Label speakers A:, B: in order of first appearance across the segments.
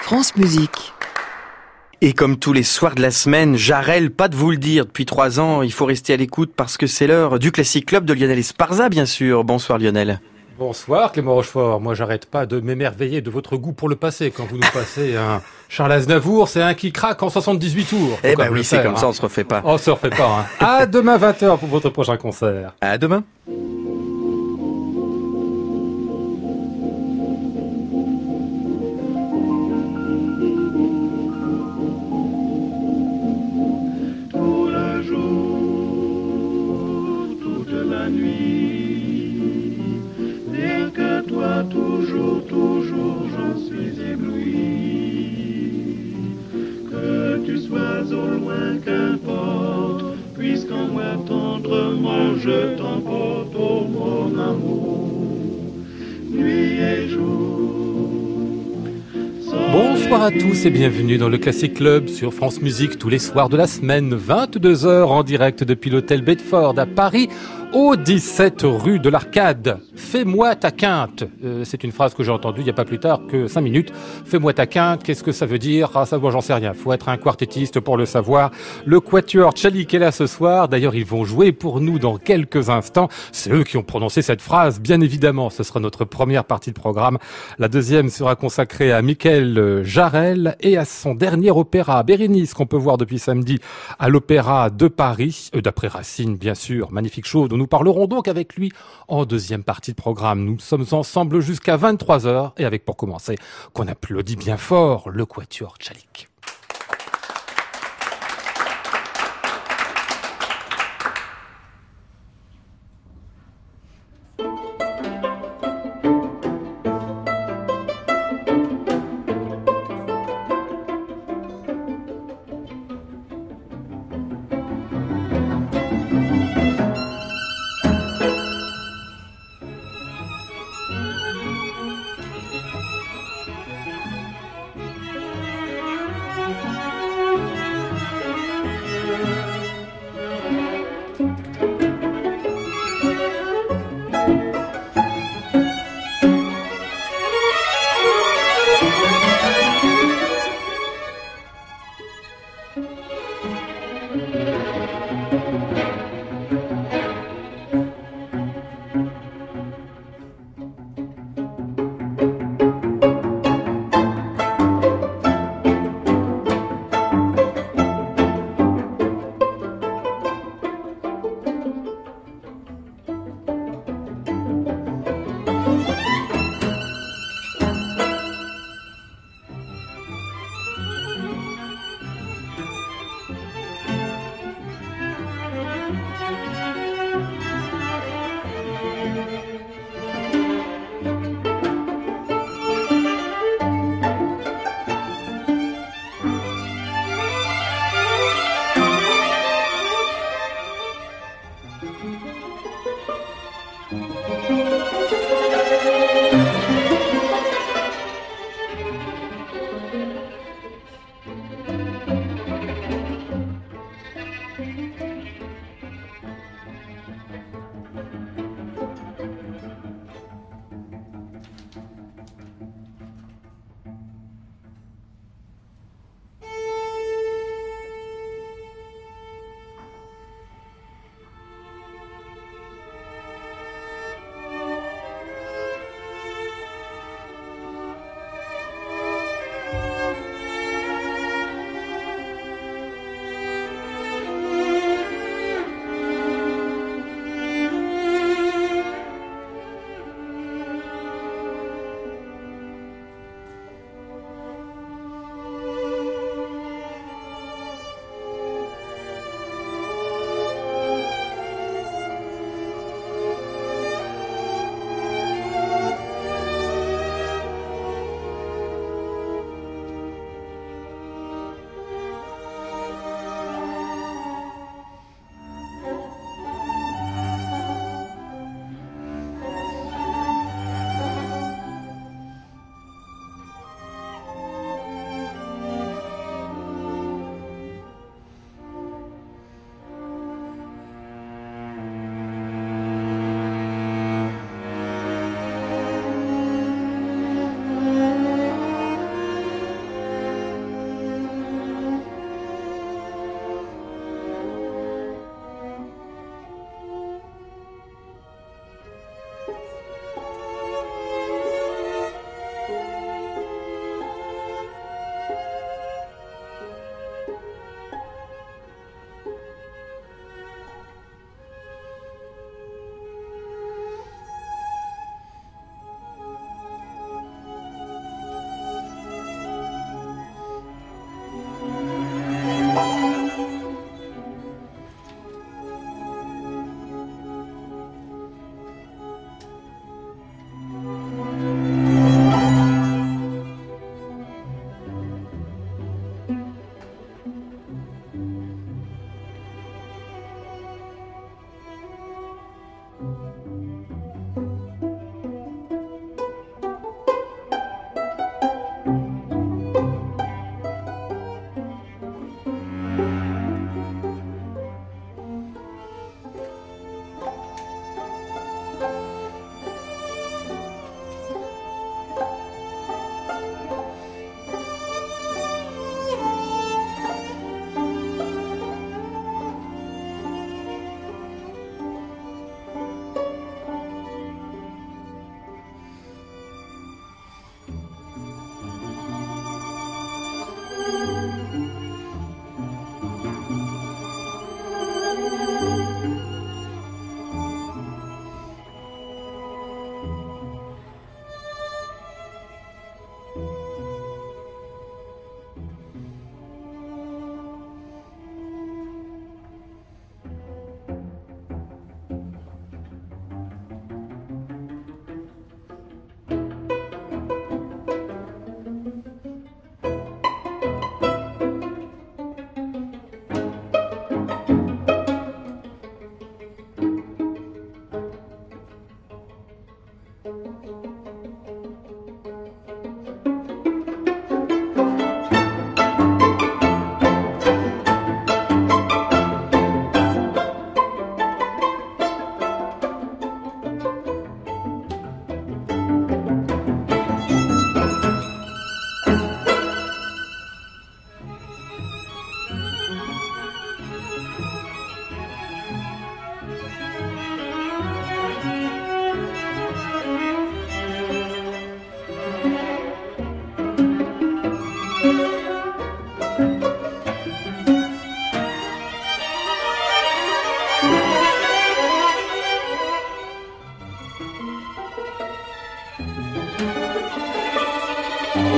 A: France Musique.
B: Et comme tous les soirs de la semaine, Jarel, pas de vous le dire, depuis 3 ans, il faut rester à l'écoute parce que c'est l'heure du Classic Club de Lionel Esparza, bien sûr. Bonsoir Lionel.
C: Bonsoir Clément Rochefort, moi j'arrête pas de m'émerveiller de votre goût pour le passé quand vous nous passez un Charles Aznavour, c'est un qui craque en 78 tours.
B: Eh ben oui, c'est comme ça, on se refait pas.
C: On se refait pas. À demain 20h pour votre prochain concert.
B: À demain.
D: Toujours, j'en suis ébloui. Que tu sois au loin, qu'importe, puisqu'en moi tendrement je t'emporte, oh mon amour, nuit et jour.
C: Bonsoir à tous et bienvenue dans le Classic Club sur France Musique tous les soirs de la semaine, 22h en direct depuis l'hôtel Bedford à Paris, au 17 rue de l'Arcade. Fais-moi ta quinte. C'est une phrase que j'ai entendue il n'y a pas plus tard que 5 minutes. Fais-moi ta quinte, qu'est-ce que ça veut dire? Ah, ça, moi, j'en sais rien. Faut être un quartettiste pour le savoir. Le Quatuor Tchalik est là ce soir. D'ailleurs, ils vont jouer pour nous dans quelques instants. C'est eux qui ont prononcé cette phrase, bien évidemment. Ce sera notre première partie de programme. La deuxième sera consacrée à Michael Jarel et à son dernier opéra, Bérénice, qu'on peut voir depuis samedi à l'Opéra de Paris, d'après Racine, bien sûr. Magnifique show dont nous parlerons donc avec lui en deuxième partie de programme. Nous sommes ensemble jusqu'à 23h et avec pour commencer qu'on applaudit bien fort le Quatuor Tchalik.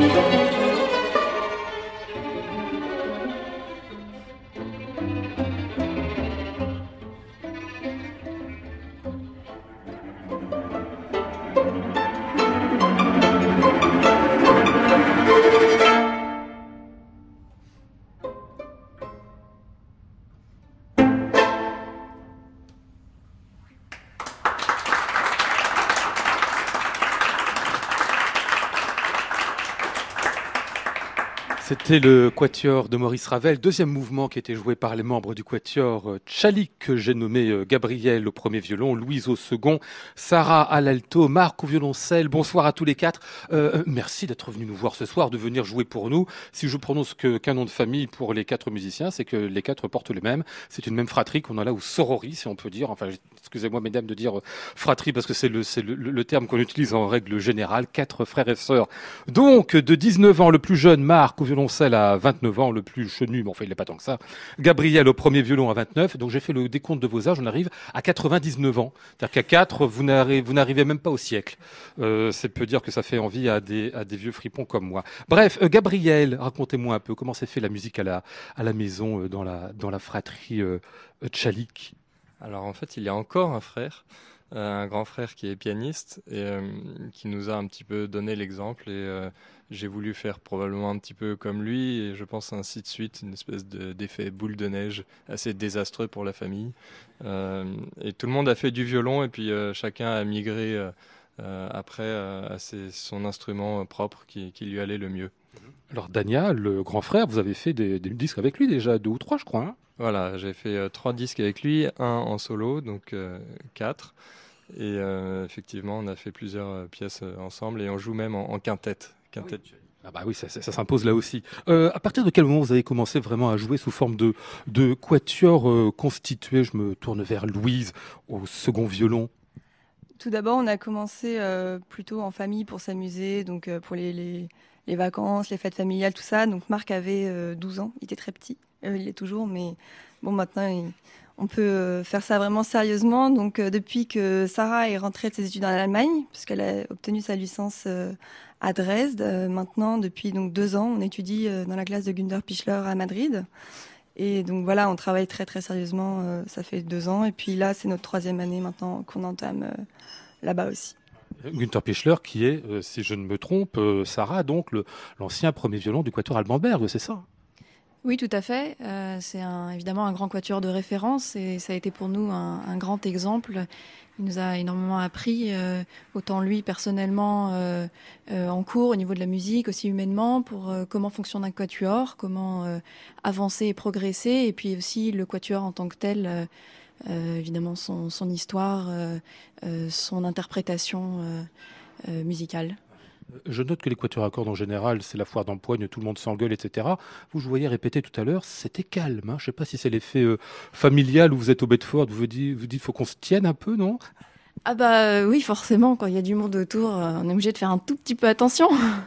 C: C'était le quatuor de Maurice Ravel, deuxième mouvement qui était joué par les membres du quatuor Tchalik, que j'ai nommé Gabriel au premier violon, Louise au second, Sarah à l'alto, Marc au violoncelle. Bonsoir à tous les quatre. Merci d'être venus nous voir ce soir, de venir jouer pour nous. Si je prononce qu'un nom de famille pour les quatre musiciens, c'est que les quatre portent le même. C'est une même fratrie qu'on a là, ou sorori, si on peut dire. Enfin, excusez-moi mesdames de dire fratrie, parce que c'est le terme qu'on utilise en règle générale. 4 frères et sœurs. Donc, de 19 ans, le plus jeune, Marc au violoncelle à 29 ans, le plus chenu, mais enfin il n'est pas tant que ça. Gabriel au premier violon à 29. Donc j'ai fait le décompte de vos âges, on arrive à 99 ans. C'est-à-dire qu'à 4, vous n'arrivez même pas au siècle. C'est peut dire que ça fait envie à des vieux fripons comme moi. Bref, Gabriel, racontez-moi un peu comment s'est fait la musique à la maison dans la fratrie Tchalik.
A: Alors en fait, il y a encore un frère, un grand frère qui est pianiste et qui nous a un petit peu donné l'exemple et j'ai voulu faire probablement un petit peu comme lui et je pense ainsi de suite, une espèce d'effet boule de neige assez désastreux pour la famille. Et tout le monde a fait du violon et puis chacun a migré après à son instrument propre qui lui allait le mieux.
C: Alors Dania, le grand frère, vous avez fait des disques avec lui déjà, 2 ou 3 je crois. Hein.
A: Voilà, j'ai fait 3 disques avec lui, un en solo, donc 4. Et effectivement, on a fait plusieurs pièces ensemble et on joue même en quintette.
C: Oui. Ah bah oui, ça s'impose là aussi. À partir de quel moment vous avez commencé vraiment à jouer sous forme de quatuor constitué? Je me tourne vers Louise au second violon.
E: Tout d'abord, on a commencé plutôt en famille pour s'amuser, donc pour les vacances, les fêtes familiales, tout ça. Donc Marc avait 12 ans, il était très petit, il est toujours, mais bon, maintenant on peut faire ça vraiment sérieusement. Donc depuis que Sarah est rentrée de ses études en Allemagne, puisqu'elle a obtenu sa licence à Dresde, maintenant depuis donc 2 ans, on étudie dans la classe de Günther Pichler à Madrid. Et donc voilà, on travaille très très sérieusement, ça fait 2 ans. Et puis là, c'est notre 3e année maintenant qu'on entame là-bas aussi.
C: Günther Pichler qui est, si je ne me trompe, Sarah, donc l'ancien premier violon du quatuor Alban Berg, c'est ça?
F: Oui, tout à fait. C'est évidemment un grand quatuor de référence et ça a été pour nous un grand exemple. Il nous a énormément appris, autant lui personnellement en cours au niveau de la musique, aussi humainement, pour comment fonctionne un quatuor, comment avancer et progresser, et puis aussi le quatuor en tant que tel, évidemment son histoire, son interprétation musicale.
C: Je note que les quatuors à cordes en général, c'est la foire d'empoigne, tout le monde s'engueule, etc. Vous, je voyais répéter tout à l'heure, c'était calme. Hein. Je ne sais pas si c'est l'effet familial où vous êtes au Bedford, vous dites faut qu'on se tienne un peu, non?
F: Ah bah oui, forcément, quand il y a du monde autour, on est obligé de faire un tout petit peu attention.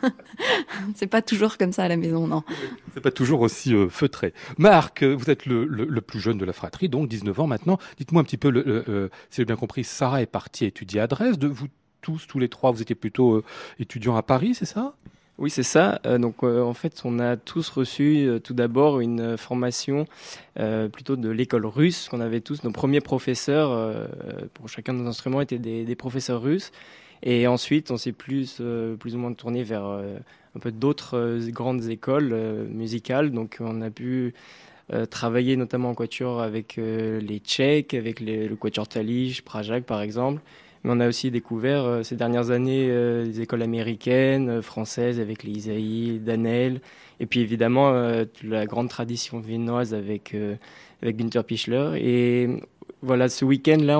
F: C'est pas toujours comme ça à la maison, non.
C: C'est pas toujours aussi feutré. Marc, vous êtes le plus jeune de la fratrie, donc 19 ans maintenant. Dites-moi un petit peu, si j'ai bien compris, Sarah est partie étudier à Dresde. Vous tous les trois, vous étiez plutôt étudiants à Paris, c'est ça?
G: Oui, c'est ça. En fait, on a tous reçu tout d'abord une formation plutôt de l'école russe, qu'on avait tous. Nos premiers professeurs, pour chacun de nos instruments, étaient des professeurs russes. Et ensuite, on s'est plus ou moins tourné vers un peu d'autres grandes écoles musicales. Donc, on a pu travailler notamment en quatuor avec les Tchèques, avec le quatuor Talich, Prajak par exemple. Mais on a aussi découvert ces dernières années les écoles américaines, françaises, avec les Isaïe, Danel, et puis évidemment la grande tradition viennoise avec Günther Pichler. Et voilà, ce week-end-là,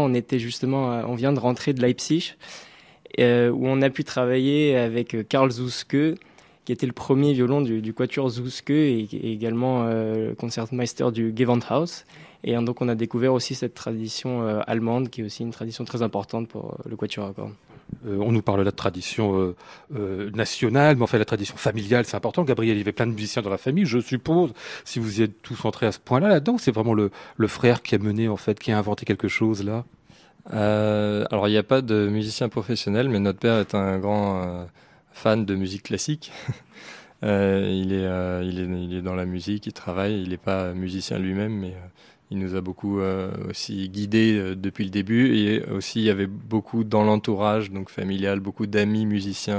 G: on vient de rentrer de Leipzig, où on a pu travailler avec Karl Zuske, qui était le premier violon du quatuor Zuske et également concertmeister du Gewandhaus. Et donc on a découvert aussi cette tradition allemande, qui est aussi une tradition très importante pour le quatuor à cordes.
C: On nous parle de la tradition nationale, mais enfin la tradition familiale, c'est important. Gabriel, il y avait plein de musiciens dans la famille, je suppose. Si vous y êtes tous entrés à ce point-là, là-dedans, c'est vraiment le frère qui a mené, en fait, qui a inventé quelque chose là.
A: Alors il n'y a pas de musicien professionnel, mais notre père est un grand fan de musique classique. Il est dans la musique, il travaille, il n'est pas musicien lui-même, mais il nous a beaucoup aussi guidés depuis le début. Et aussi, il y avait beaucoup dans l'entourage, donc familial, beaucoup d'amis musiciens,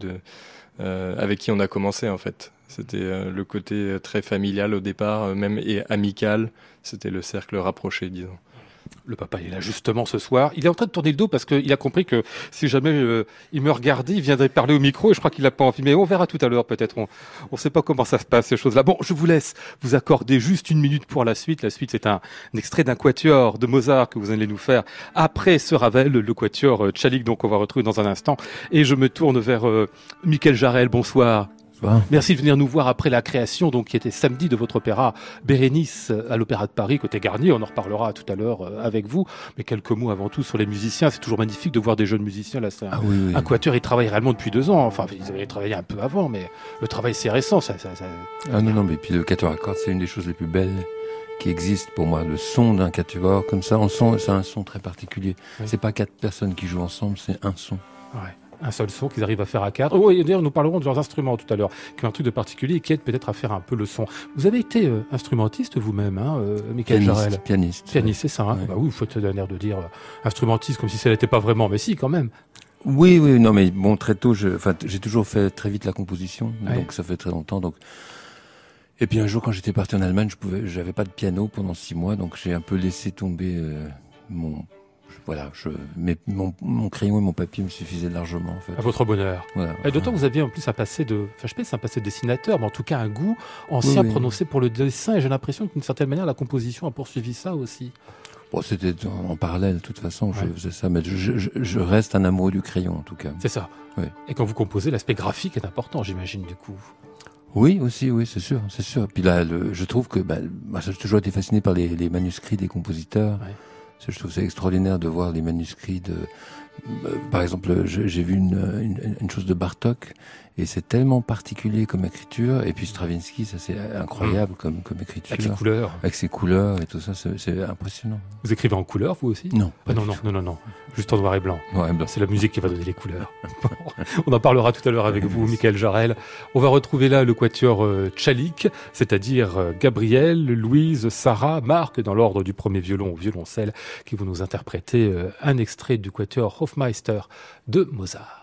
A: avec qui on a commencé en fait. C'était le côté très familial au départ, même et amical. C'était le cercle rapproché, disons.
C: Le papa il est là justement ce soir. Il est en train de tourner le dos parce qu'il a compris que si jamais il me regardait, il viendrait parler au micro et je crois qu'il n'a pas envie. Mais on verra tout à l'heure peut-être. On ne sait pas comment ça se passe ces choses-là. Bon, je vous laisse vous accorder juste 1 minute pour la suite. La suite c'est un extrait d'un quatuor de Mozart que vous allez nous faire après ce Ravel, le quatuor Tchalik, donc on va retrouver dans un instant. Et je me tourne vers Michael Jarel. Bonsoir. Merci de venir nous voir après la création, donc qui était samedi, de votre opéra Bérénice à l'Opéra de Paris, côté Garnier. On en reparlera tout à l'heure avec vous. Mais quelques mots avant tout sur les musiciens. C'est toujours magnifique de voir des jeunes musiciens. Là, c'est un quatuor. Ils travaillent réellement depuis 2 ans. Enfin, ils avaient travaillé un peu avant, mais le travail c'est récent.
H: Ah non, mais puis le quatuor à cordes, c'est une des choses les plus belles qui existent pour moi. Le son d'un quatuor, comme ça, c'est un son très particulier. Oui. C'est pas 4 personnes qui jouent ensemble, c'est un son.
C: Ouais. Un seul son qu'ils arrivent à faire à 4. Oh, et d'ailleurs, nous parlerons de leurs instruments tout à l'heure, qui ont un truc de particulier et qui aide peut-être à faire un peu le son. Vous avez été instrumentiste vous-même, hein, Michael Jarel?
H: Pianiste,
C: c'est ça. Hein. Ouais. Bah oui, vous faites un air de dire instrumentiste comme si ça n'était pas vraiment, mais si, quand même.
H: Oui, non, mais bon, très tôt, j'ai toujours fait très vite la composition, donc ça fait très longtemps. Donc, et puis un jour, quand j'étais parti en Allemagne, j'avais pas de piano pendant 6 mois, donc j'ai un peu laissé tomber mon crayon et mon papier me suffisaient largement, en fait.
C: À votre bonheur.
H: Voilà.
C: Et d'autant que vous aviez en plus un passé un passé de dessinateur, mais en tout cas un goût ancien prononcé pour le dessin, et j'ai l'impression que d'une certaine manière, la composition a poursuivi ça aussi.
H: Bon, c'était en parallèle, de toute façon, je faisais ça, mais je reste un amoureux du crayon, en tout cas.
C: C'est ça. Oui. Et quand vous composez, l'aspect graphique est important, j'imagine, du coup.
H: Oui, aussi, oui, c'est sûr. Puis là, je trouve que, moi, j'ai toujours été fasciné par les manuscrits des compositeurs. Ouais. Je trouve ça extraordinaire de voir les manuscrits par exemple, j'ai vu une chose de Bartók, et c'est tellement particulier comme écriture, et puis Stravinsky, ça c'est incroyable comme écriture.
C: Avec ses couleurs.
H: Avec ses couleurs et tout ça, c'est impressionnant.
C: Vous écrivez en couleur, vous aussi?
H: Non.
C: Non. Juste en noir et blanc.
H: Noir et blanc.
C: C'est la musique qui va donner les couleurs. On en parlera tout à l'heure avec vous, Michael Jarel. On va retrouver là le quatuor Tchalik, c'est-à-dire Gabriel, Louise, Sarah, Marc, dans l'ordre du premier violon au violoncelle, qui vont nous interpréter un extrait du quatuor Hofmeister de Mozart.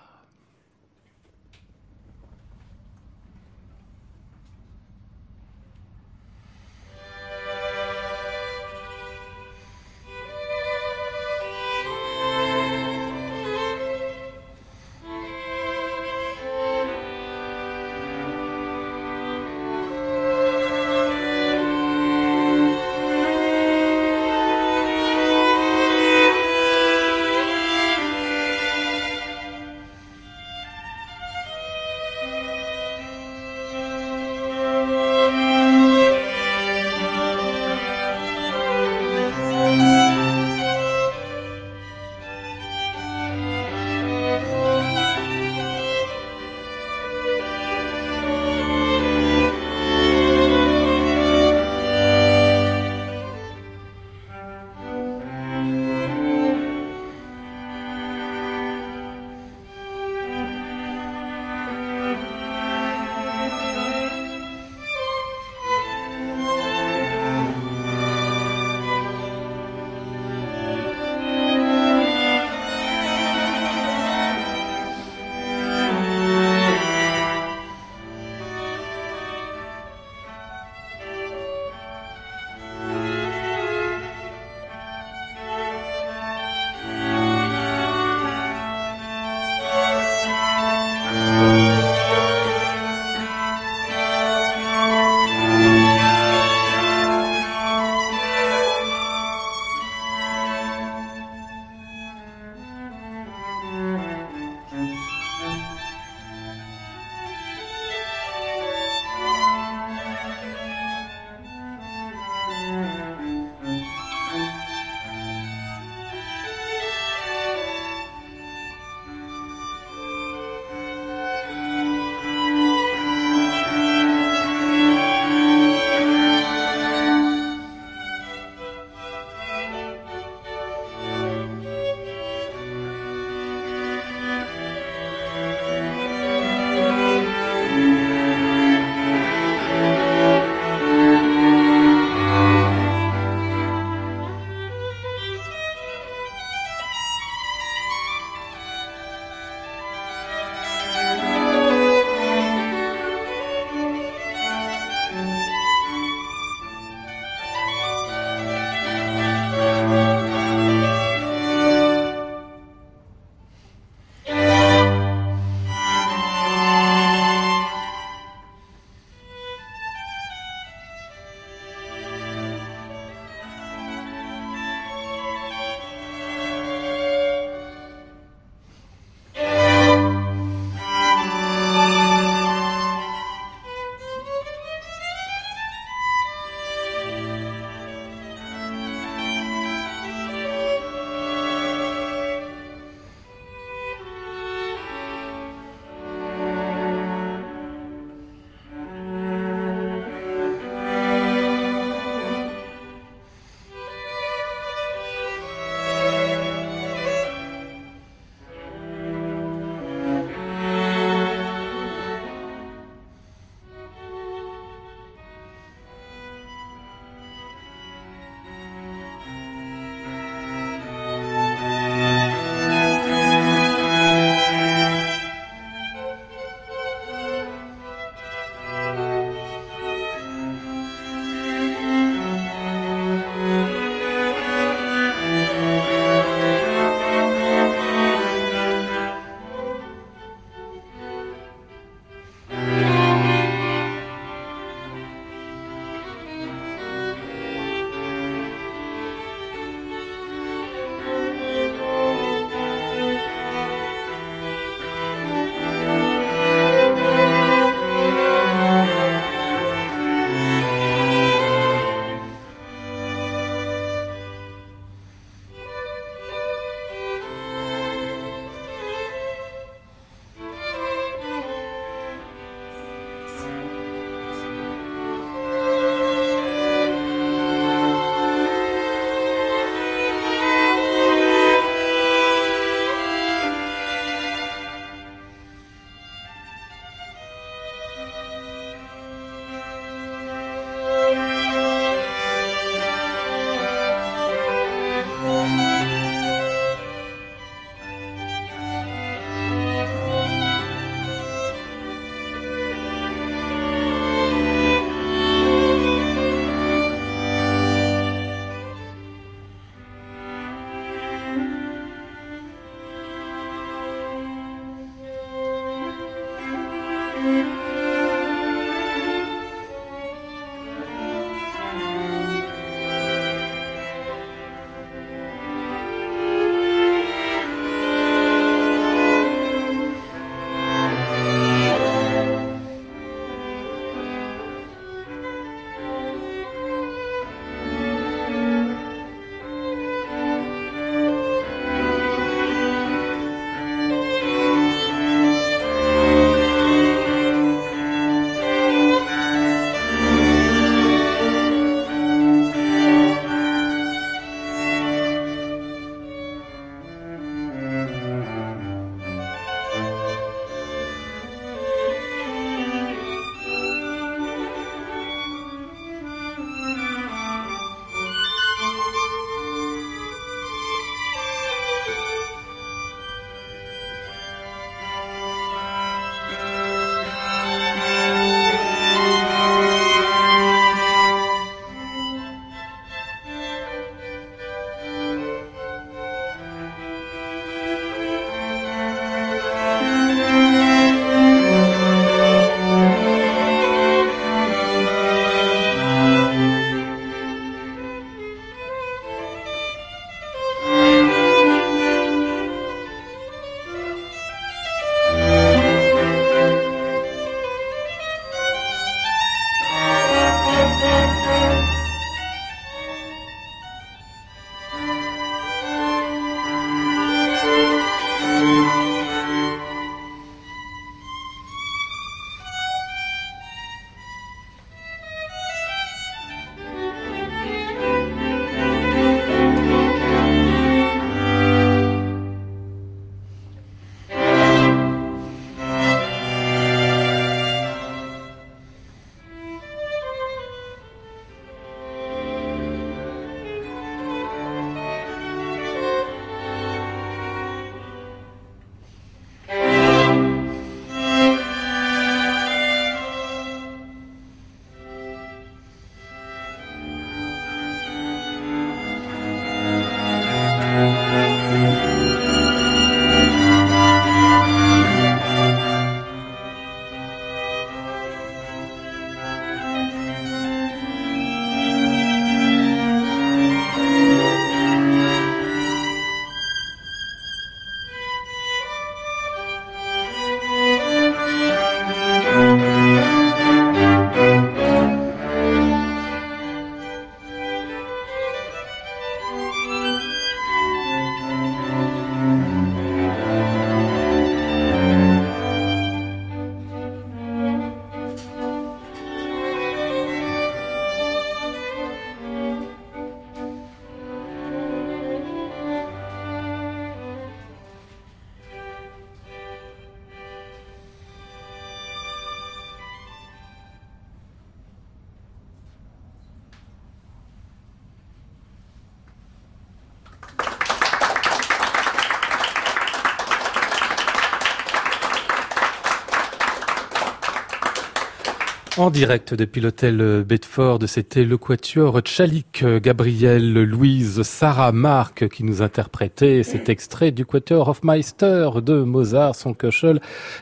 C: En direct depuis l'hôtel Bedford, c'était le quatuor Tchalik, Gabriel, Louise, Sarah, Marc qui nous interprétait cet extrait du quatuor Hofmeister de Mozart, son Köchel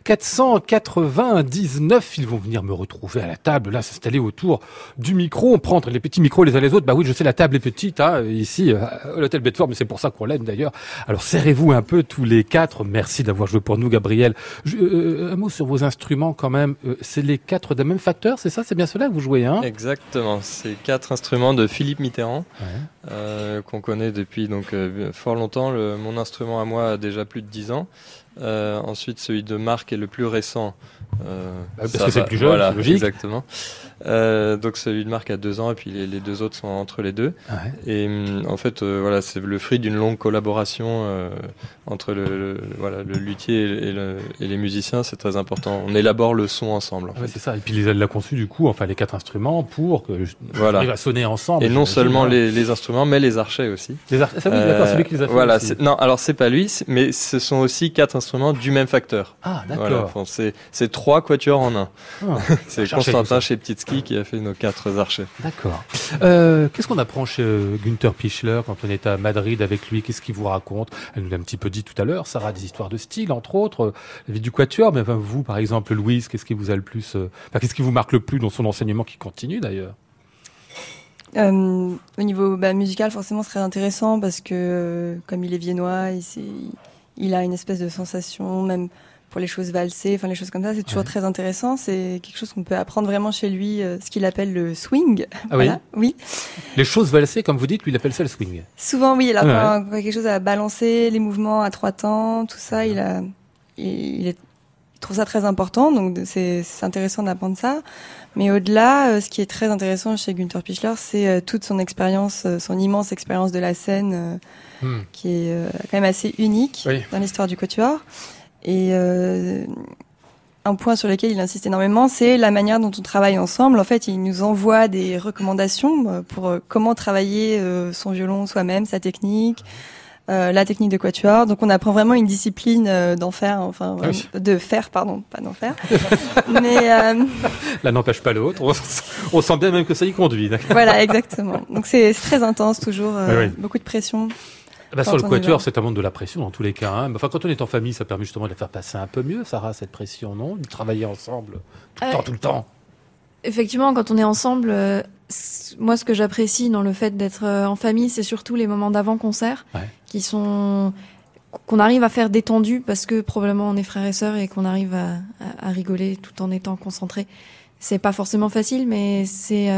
C: 499. Ils vont venir me retrouver à la table, là, s'installer autour du micro. On prend les petits micros les uns les autres. Bah oui, je sais, la table est petite, hein, ici, à l'hôtel Bedford, mais c'est pour ça qu'on l'aime d'ailleurs. Alors serrez-vous un peu tous les quatre. Merci d'avoir joué pour nous, Gabriel. Un mot sur vos instruments quand même. C'est les quatre d'un même facteur, c'est ça? C'est bien cela que vous jouez, hein?
A: Exactement. C'est 4 instruments de Philippe Mitterrand, qu'on connaît depuis fort longtemps. Mon instrument à moi a déjà plus de 10 ans. Ensuite, celui de Marc est le plus récent.
C: Parce que c'est le plus jeune,
A: voilà,
C: c'est logique.
A: Exactement. Donc celui de Marc a 2 ans et puis les 2 autres sont entre les deux. Et en fait, voilà, c'est le fruit d'une longue collaboration entre le luthier et les musiciens. C'est très important. On élabore le son ensemble. En fait.
C: C'est ça. Et puis il l'a conçu du coup, enfin les 4 instruments pour que arrive à sonner ensemble.
A: Et non seulement les instruments, mais les archets aussi.
C: Ça oui, d'accord, c'est lui qui les a fait.
A: Voilà.
C: Aussi.
A: Non, alors c'est pas lui, mais ce sont aussi 4 instruments du même facteur.
C: Ah, d'accord.
A: Voilà, c'est 3 quatuors en un.
C: Ah,
A: c'est Constantin chez Petitski qui a fait nos 4 archets.
C: D'accord. Qu'est-ce qu'on apprend chez Günther Pichler quand on est à Madrid avec lui? Qu'est-ce qu'il vous raconte? Elle nous l'a un petit peu dit tout à l'heure. Sarah, des histoires de style, entre autres, la vie du quatuor. Mais enfin, vous, par exemple, Louise, qu'est-ce qui vous a le plus, qu'est-ce qui vous marque le plus dans son enseignement qui continue d'ailleurs?
E: Au niveau musical, forcément, c'est très intéressant parce que comme il est viennois, il a une espèce de sensation, même pour les choses valsées, enfin les choses comme ça, c'est toujours très intéressant. C'est quelque chose qu'on peut apprendre vraiment chez lui, ce qu'il appelle le swing.
C: Ah
E: voilà. Oui.
C: Les choses valsées, comme vous dites, lui il appelle ça le swing.
E: Souvent, oui. Alors quand quelque chose à balancer, les mouvements à 3 temps, tout ça, il trouve ça très important. Donc c'est intéressant d'apprendre ça. Mais au-delà, ce qui est très intéressant chez Günther Pichler, c'est toute son expérience, son immense expérience de la scène, qui est quand même assez unique dans l'histoire du quatuor. Et un point sur lequel il insiste énormément, c'est la manière dont on travaille ensemble. En fait, il nous envoie des recommandations pour comment travailler son violon soi-même, sa technique, la technique de quatuor. Donc on apprend vraiment une discipline de faire, pardon, pas d'en faire. Mais
C: l'un n'empêche pas l'autre. On sent bien même que ça y conduit.
E: Voilà, exactement. Donc c'est très intense toujours, beaucoup de pression.
C: Sur le quatuor, c'est un monde de la pression dans tous les cas. Hein. Enfin, quand on est en famille, ça permet justement de la faire passer un peu mieux, Sarah, cette pression, non? De travailler ensemble tout le temps.
F: Effectivement, quand on est ensemble, moi, ce que j'apprécie dans le fait d'être en famille, c'est surtout les moments d'avant-concert qu'on arrive à faire détendu parce que probablement on est frères et sœurs et qu'on arrive à rigoler tout en étant concentrés. C'est pas forcément facile, mais c'est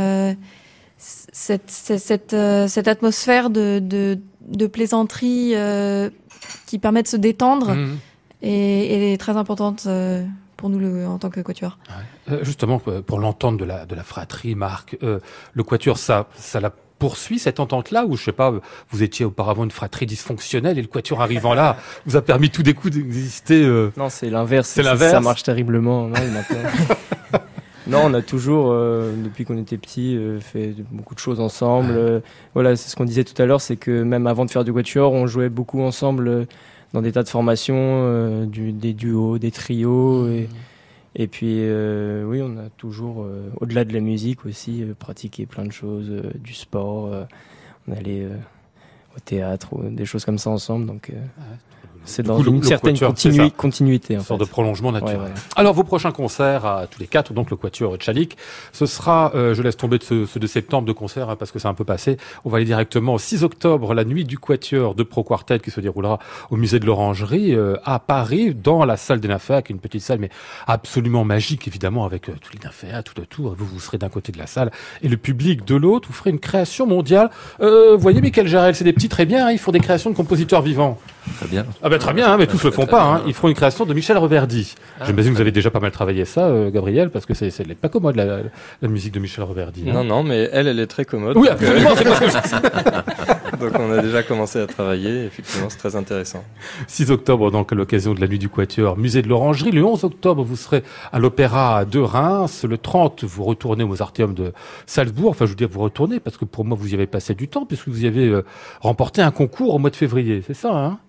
F: cette atmosphère de plaisanterie qui permet de se détendre et est très importante pour nous en tant que quatuor.
C: Justement, pour l'entente de la fratrie, Marc, le quatuor, ça la poursuit cette entente-là, ou je sais pas, vous étiez auparavant une fratrie dysfonctionnelle et le quatuor arrivant là vous a permis tout d'un coup d'exister
G: Non, c'est l'inverse. Ça marche terriblement. Non, non, on a toujours, depuis qu'on était petits, fait beaucoup de choses ensemble. Voilà, c'est ce qu'on disait tout à l'heure, c'est que même avant de faire du quatuor, on jouait beaucoup ensemble dans des tas de formations, des duos, des trios. Et puis, oui, on a toujours, au-delà de la musique aussi, pratiqué plein de choses, du sport. On allait au théâtre, des choses comme ça ensemble. Donc, c'est dans une certaine continuité.
C: Une sorte de prolongement naturel. Alors, vos prochains concerts, à tous les 4, donc le quatuor Tchalik, ce sera, je laisse tomber ceux de septembre de concert, parce que c'est un peu passé. On va aller directement au 6 octobre, la nuit du quatuor de Pro Quartet, qui se déroulera au musée de l'Orangerie, à Paris, dans la salle des Nymphéas, qui est une petite salle, mais absolument magique, évidemment, avec tous les Nymphéas tout autour. Vous serez d'un côté de la salle et le public de l'autre. Vous ferez une création mondiale. Vous voyez, Michael Jarel, c'est des petits très bien, hein, ils font des créations de compositeurs vivants.
H: Très bien.
C: Très bien, hein, mais tous le font pas. Hein. Ils feront une création de Michel Reverdy. J'imagine que vous avez déjà pas mal travaillé ça, Gabriel, parce que c'est pas commode la musique de Michel Reverdy. Hein.
A: Non, mais elle est très commode.
C: Oui, absolument, c'est pas ce que je
A: Donc on a déjà commencé à travailler, effectivement, c'est très intéressant.
C: 6 octobre, donc, à l'occasion de la nuit du quatuor, musée de l'Orangerie. Le 11 octobre, vous serez à l'Opéra de Reims. Le 30, vous retournez au Mozarteum de Salzbourg. Enfin, je veux dire, vous retournez, parce que pour moi, vous y avez passé du temps, puisque vous y avez remporté un concours au mois de février. C'est ça, hein?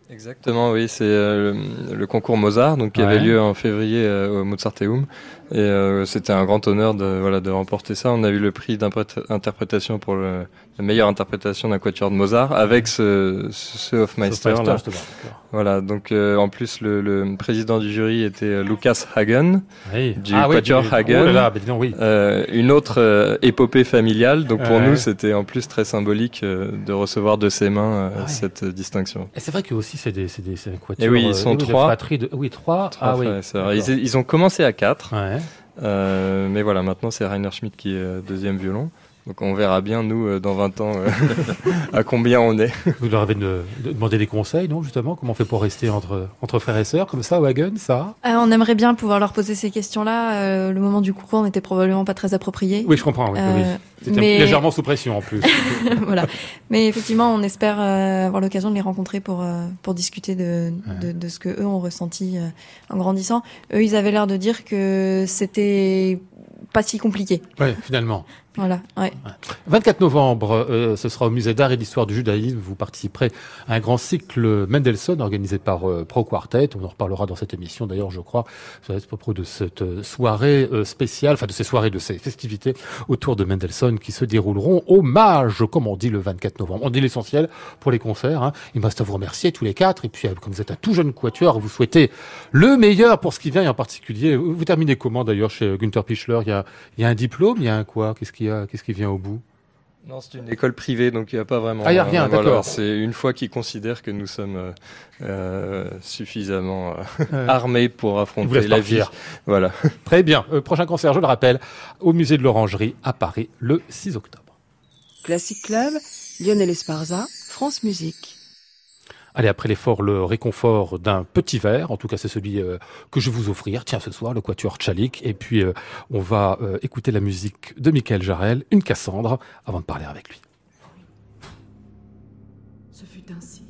A: Exactement, oui, c'est le concours Mozart, donc qui avait lieu en février au Mozarteum, et c'était un grand honneur de remporter ça. On a eu le prix d'interprétation pour la meilleure interprétation d'un quatuor de Mozart avec ce Hofmeister là. Voilà, donc en plus le président du jury était Lucas Hagen du quatuor Hagen. Une autre épopée familiale, donc pour nous c'était en plus très symbolique de recevoir de ses mains cette distinction.
C: Et c'est vrai que aussi c'est un quatuor.
A: Et oui, ils sont trois.
C: Trois.
A: Ils ont commencé à 4. Mais voilà, maintenant c'est Rainer Schmidt qui est deuxième violon. Donc on verra bien, nous, dans 20 ans, à combien on est.
C: Vous leur avez demandé des conseils, non, justement? Comment on fait pour rester entre frères et sœurs, comme ça, Wagen, ça?
F: On aimerait bien pouvoir leur poser ces questions-là. Le moment du concours n'était probablement pas très approprié.
C: Oui, je comprends, oui. C'était légèrement sous pression, en plus.
F: Voilà. Mais effectivement, on espère avoir l'occasion de les rencontrer pour discuter de ce que eux ont ressenti en grandissant. Eux, ils avaient l'air de dire que c'était pas si compliqué.
C: Oui, finalement.
F: Voilà, ouais.
C: 24 novembre, ce sera au musée d'art et d'histoire du judaïsme. Vous participerez à un grand cycle Mendelssohn organisé par Pro Quartet. On en reparlera dans cette émission, d'ailleurs, je crois, à propos de cette soirée spéciale, enfin de ces soirées, de ces festivités autour de Mendelssohn qui se dérouleront hommage, comme on dit, le 24 novembre. On dit l'essentiel pour les concerts. Il me reste à vous remercier tous les 4. Et puis, comme vous êtes un tout jeune quatuor, vous souhaitez le meilleur pour ce qui vient, et en particulier, vous terminez comment, d'ailleurs, chez Günther Pichler? Il y a un diplôme, il y a un quoi? Qu'est-ce qui vient au bout?
A: Non, c'est une école privée, donc il n'y a pas vraiment...
C: Ah, il n'y a rien, d'accord.
A: C'est une fois qu'ils considèrent que nous sommes suffisamment armés pour affronter la vie. Voilà.
C: Très bien. Prochain concert, je le rappelle, au musée de l'Orangerie à Paris, le 6 octobre.
I: Classic Club, Lionel Esparza, France Musique.
C: Allez, après l'effort, le réconfort d'un petit verre, en tout cas c'est celui que je vais vous offrir, tiens, ce soir, le quatuor Tchalik, et puis on va écouter la musique de Michael Jarel, une Cassandre, avant de parler avec lui.
I: Ce fut ainsi.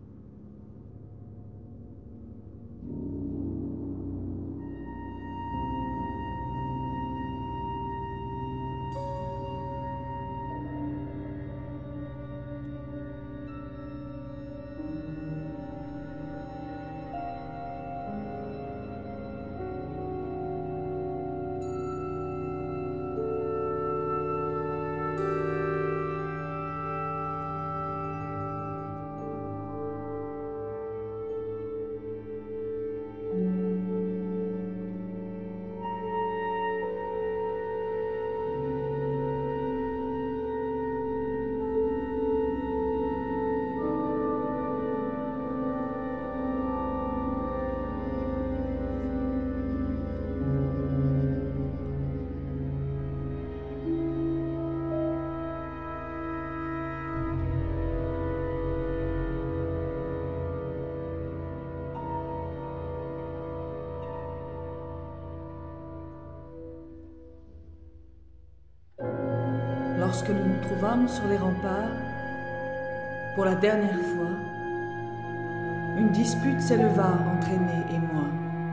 I: Lorsque nous nous trouvâmes sur les remparts, pour la dernière fois, une dispute s'éleva entre Aîné et moi.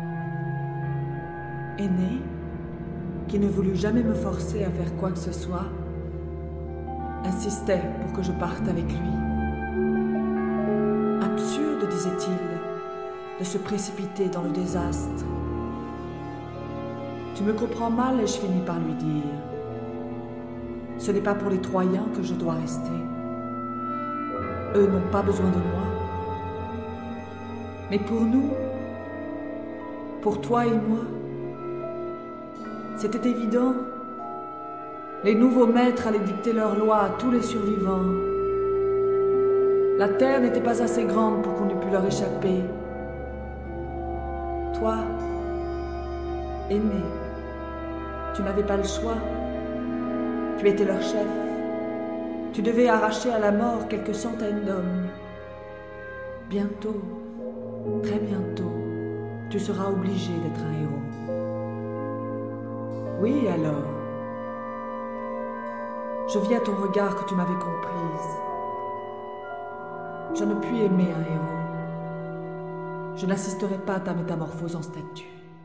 I: Aîné, qui ne voulut jamais me forcer à faire quoi que ce soit, insistait pour que je parte avec lui. Absurde, disait-il, de se précipiter dans le désastre. Tu me comprends mal, ai-je fini par lui dire. Ce n'est pas pour les Troyens que je dois rester. Eux n'ont pas besoin de moi. Mais pour nous, pour toi et moi, c'était évident. Les nouveaux maîtres allaient dicter leurs lois à tous les survivants. La terre n'était pas assez grande pour qu'on ne pût leur échapper. Toi, Aîné, tu n'avais pas le choix. Tu étais leur chef. Tu devais arracher à la mort quelques centaines d'hommes. Bientôt, très bientôt, tu seras obligé d'être un héros. Oui, alors. Je vis à ton regard que tu m'avais comprise. Je ne puis aimer un héros. Je n'assisterai pas à ta métamorphose en statue.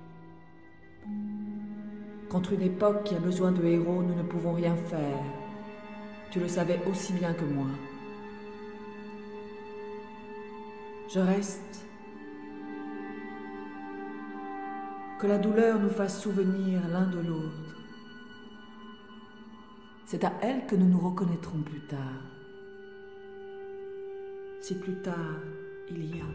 I: Contre une époque qui a besoin de héros, nous ne pouvons rien faire. Tu le savais aussi bien que moi. Je reste. Que la douleur nous fasse souvenir l'un de l'autre. C'est à elle que nous nous reconnaîtrons plus tard. Si plus tard il y a.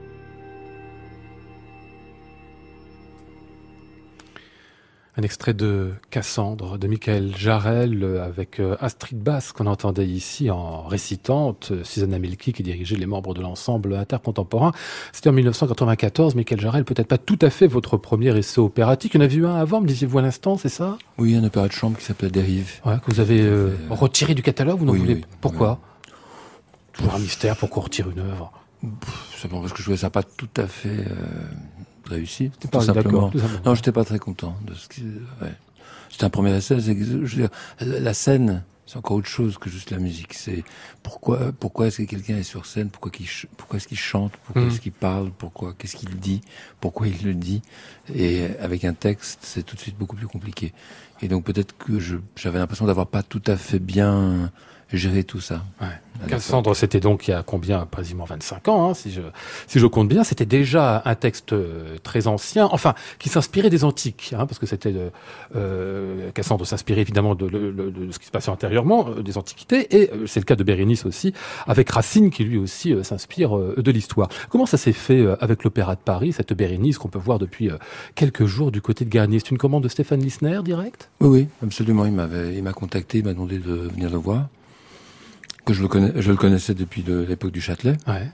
C: Un extrait de Cassandre de Michael Jarel avec Astrid Bass qu'on entendait ici en récitante, Susanna Mielke qui dirigeait les membres de l'ensemble intercontemporain. C'était en 1994. Michael Jarel, peut-être pas tout à fait votre premier essai opératique. Il y en a vu un avant, me disiez-vous à l'instant, c'est ça?
H: Oui, un opéra de chambre qui s'appelle Dérive.
C: Ouais, que vous avez retiré du catalogue, vous n'en voulez
H: oui.
C: Pourquoi? Toujours un mystère, pourquoi on retire une œuvre?
H: Simplement parce que je trouvais ça pas tout à fait réussi,
C: Tout
H: tout simplement.
C: tout simplement.
H: Non, j'étais pas très content de ce qui. Ouais. C'était un premier essai. Je veux dire, la scène, c'est encore autre chose que juste la musique. C'est pourquoi est-ce que quelqu'un est sur scène, pourquoi est-ce qu'il chante, pourquoi est-ce qu'il parle, qu'est-ce qu'il dit, pourquoi il le dit. Et avec un texte, c'est tout de suite beaucoup plus compliqué. Et donc peut-être que j'avais l'impression d'avoir pas tout à fait bien gérer tout ça.
C: Ouais. Cassandre, c'était donc il y a combien? Quasiment 25 ans, hein, si je compte bien. C'était déjà un texte très ancien, enfin, qui s'inspirait des antiques, hein, parce que c'était Cassandre s'inspirait évidemment de ce qui se passait antérieurement, des antiquités, et c'est le cas de Bérénice aussi, avec Racine, qui lui aussi s'inspire de l'histoire. Comment ça s'est fait avec l'Opéra de Paris, cette Bérénice qu'on peut voir depuis quelques jours du côté de Garnier? C'est une commande de Stéphane Lissner, direct?
H: Oui, absolument. Il m'a contacté, il m'a demandé de venir le voir. Que je le connaissais depuis l'époque du Châtelet.
C: Ouais.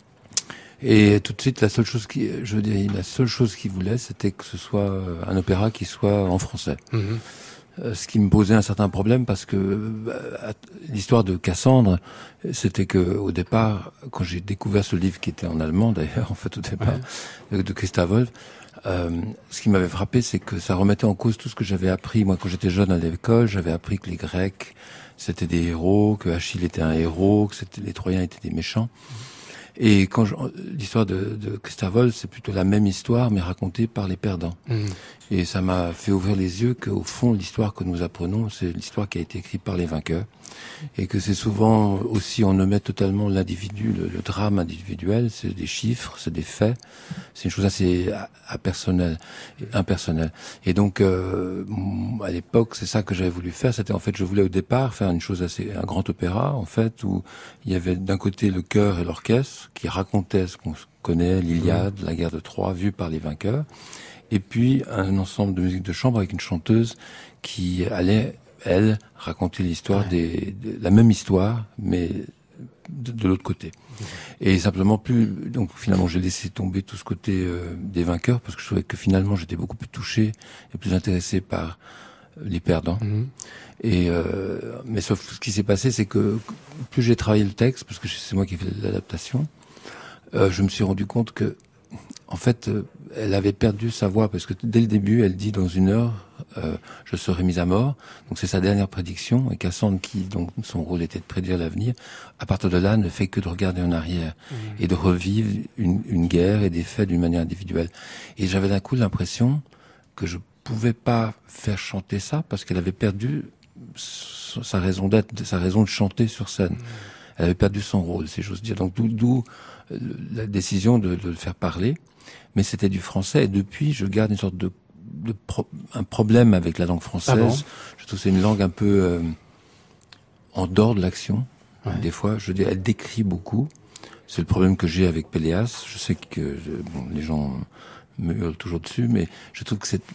H: Et tout de suite, la seule chose qu'il voulait, c'était que ce soit un opéra qui soit en français. Mm-hmm. Ce qui me posait un certain problème parce que l'histoire de Cassandre, c'était que au départ, quand j'ai découvert ce livre qui était en allemand d'ailleurs, en fait au départ, de Christa Wolf, ce qui m'avait frappé, c'est que ça remettait en cause tout ce que j'avais appris. Moi, quand j'étais jeune à l'école, j'avais appris que les Grecs c'était des héros, que Achille était un héros, que les Troyens étaient des méchants. Et quand l'histoire de Christa Wolf, c'est plutôt la même histoire, mais racontée par les perdants. Mmh. Et ça m'a fait ouvrir les yeux qu'au fond, l'histoire que nous apprenons, c'est l'histoire qui a été écrite par les vainqueurs. Et que c'est souvent aussi, on omet totalement l'individu, le drame individuel, c'est des chiffres, c'est des faits. C'est une chose assez impersonnelle. Et donc, à l'époque, c'est ça que j'avais voulu faire. C'était, en fait, je voulais au départ faire un grand opéra, en fait, où il y avait d'un côté le chœur et l'orchestre, qui racontaient ce qu'on connaît, l'Iliade, la guerre de Troie, vue par les vainqueurs. Et puis, un ensemble de musique de chambre avec une chanteuse qui allait, elle, raconter l'histoire la même histoire, mais de l'autre côté. Et simplement donc finalement, j'ai laissé tomber tout ce côté des vainqueurs, parce que je trouvais que finalement, j'étais beaucoup plus touché et plus intéressé par les perdants. Mm-hmm. Mais sauf ce qui s'est passé, c'est que plus j'ai travaillé le texte, parce que c'est moi qui ai fait l'adaptation, je me suis rendu compte que, en fait, elle avait perdu sa voix, parce que dès le début, elle dit dans 1 heure, je serai mise à mort. Donc c'est sa dernière prédiction, et Cassandre, qui donc son rôle était de prédire l'avenir, à partir de là, ne fait que de regarder en arrière et de revivre une guerre et des faits d'une manière individuelle. Et j'avais d'un coup l'impression que je pouvais pas faire chanter ça, parce qu'elle avait perdu sa raison d'être, sa raison de chanter sur scène. Elle avait perdu son rôle, si j'ose dire. Donc d'où la décision de le faire parler. Mais c'était du français, et depuis, je garde une sorte un problème avec la langue française. Ah bon? Je trouve que c'est une langue un peu en dehors de l'action. Ouais. Des fois, je veux dire, elle décrit beaucoup. C'est le problème que j'ai avec Péléas. Je sais que les gens me hurlent toujours dessus, mais je trouve que c'est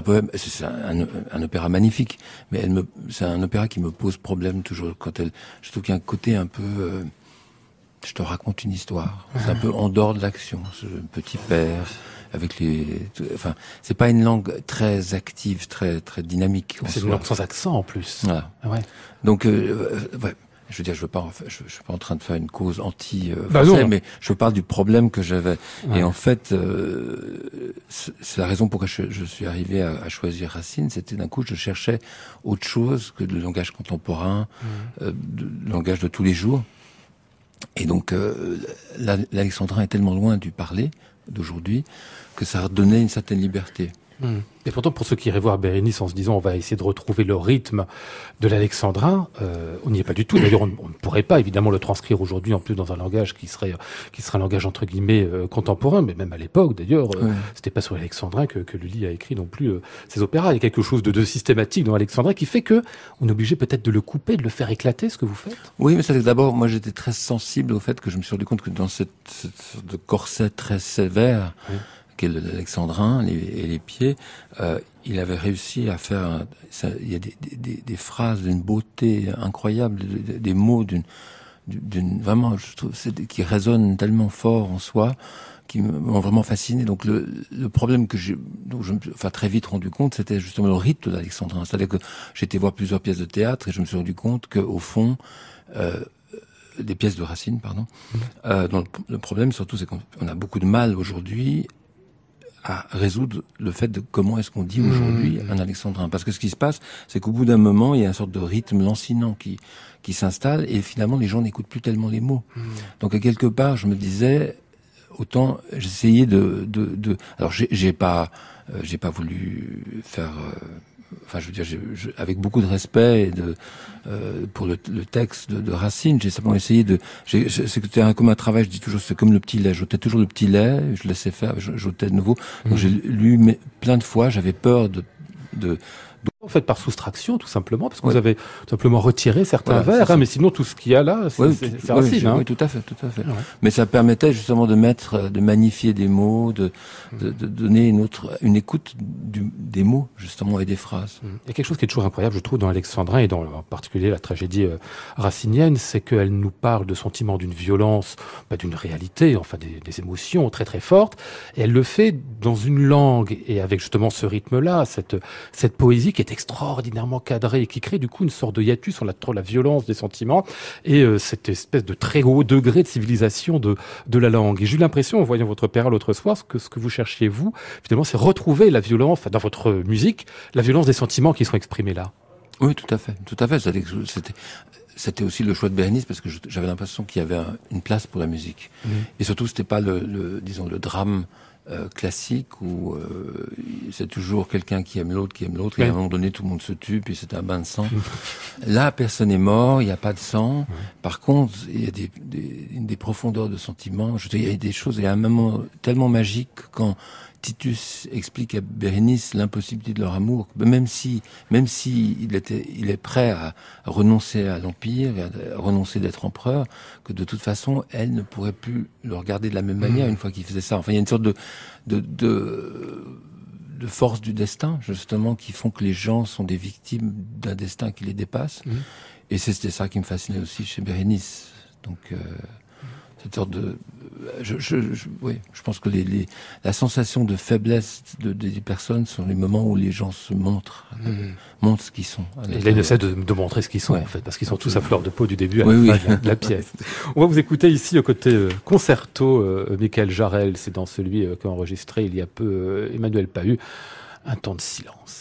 H: un opéra magnifique, mais c'est un opéra qui me pose problème toujours je trouve qu'il y a un côté un peu je te raconte une histoire. C'est un peu en dehors de l'action, ce petit père avec enfin, c'est pas une langue très active, très très dynamique.
C: C'est une langue sans accent en plus.
H: Voilà. Ouais. Donc ouais. Je veux dire, je suis pas en train de faire une cause anti-français, mais je parle du problème que j'avais. Ouais. Et en fait, c'est la raison pourquoi je suis arrivé à choisir Racine. C'était d'un coup, je cherchais autre chose que le langage contemporain, le langage de tous les jours. Et donc, l'alexandrin est tellement loin du parler d'aujourd'hui que ça redonnait une certaine liberté.
C: Et pourtant, pour ceux qui iraient voir Bérénice en se disant on va essayer de retrouver le rythme de l'alexandrin, on n'y est pas du tout. D'ailleurs, on ne pourrait pas évidemment le transcrire aujourd'hui en plus dans un langage qui serait un langage entre guillemets contemporain, mais même à l'époque d'ailleurs, c'était pas sur l'alexandrin que Lully a écrit non plus ses opéras. Il y a quelque chose de systématique dans l'alexandrin qui fait que on est obligé peut-être de le couper, de le faire éclater, ce que vous faites.
H: Oui, mais c'est que d'abord, moi j'étais très sensible au fait que je me suis rendu compte que dans cette sorte de corset très sévère, qu'est l'alexandrin et les pieds, il avait réussi à faire il y a des phrases d'une beauté incroyable, des mots d'une vraiment, je trouve, qui résonnent tellement fort en soi, qui m'ont vraiment fasciné. Donc le problème que je me suis très vite rendu compte, c'était justement le rythme de l'alexandrin. C'est-à-dire que j'ai été voir plusieurs pièces de théâtre et je me suis rendu compte que au fond, des pièces de Racine, pardon. Donc le problème surtout, c'est qu'on a beaucoup de mal aujourd'hui à résoudre le fait de comment est-ce qu'on dit aujourd'hui un alexandrin. Parce que ce qui se passe, c'est qu'au bout d'un moment, il y a une sorte de rythme lancinant qui s'installe et finalement les gens n'écoutent plus tellement les mots. Donc à quelque part, je me disais, autant j'essayais alors j'ai pas voulu faire enfin je veux dire avec beaucoup de respect pour le texte de Racine, j'ai simplement essayé c'était comme un travail, je dis toujours, c'est comme le petit lait, j'ôtais toujours le petit lait, je laissais faire, j'ôtais de nouveau. Donc j'ai lu plein de fois, j'avais peur de
C: en fait, par soustraction, tout simplement, parce que vous avez tout simplement retiré certains vers, mais sinon, tout ce qu'il y a là, c'est Racine.
H: Oui, tout à fait. Ouais. Mais ça permettait justement de magnifier des mots, de donner une écoute des mots, justement, et des phrases.
C: Il y a quelque chose qui est toujours incroyable, je trouve, dans Alexandrin, et en particulier la tragédie racinienne, c'est qu'elle nous parle de sentiments d'une violence, d'une réalité, enfin, des émotions très très fortes, et elle le fait dans une langue, et avec justement ce rythme-là, cette poésie qui est extraordinairement cadrée et qui crée du coup une sorte de hiatus sur la violence des sentiments et cette espèce de très haut degré de civilisation de la langue. Et j'ai eu l'impression, en voyant votre opéra l'autre soir, que ce que vous cherchiez, vous, finalement, c'est retrouver la violence, dans votre musique, la violence des sentiments qui sont exprimés là.
H: Oui, tout à fait. C'était aussi le choix de Bérénice parce que j'avais l'impression qu'il y avait une place pour la musique. Et surtout, c'était pas disons, le drame classique où c'est toujours quelqu'un qui aime l'autre, et à un moment donné tout le monde se tue, puis c'est un bain de sang. Là, personne n'est mort, il n'y a pas de sang. Par contre, il y a des profondeurs de sentiments. Il y a des choses, il y a un moment tellement magique quand Titus explique à Bérénice l'impossibilité de leur amour, même si il est prêt à renoncer à l'empire, à renoncer d'être empereur, que de toute façon, elle ne pourrait plus le regarder de la même manière une fois qu'il faisait ça. Enfin, il y a une sorte de force du destin, justement, qui font que les gens sont des victimes d'un destin qui les dépasse. Et c'était ça qui me fascinait aussi chez Bérénice. Donc, cette sorte de... je pense que la sensation de faiblesse des personnes sont les moments où les gens se montrent ce qu'ils sont.
C: Et là, ils essaient de montrer ce qu'ils sont, en fait, parce qu'ils sont tous à fleur de peau du début à la fin de la pièce. On va vous écouter ici au côté concerto, Michael Jarel, c'est dans celui qu'a enregistré il y a peu Emmanuel Pahud, Un temps de silence.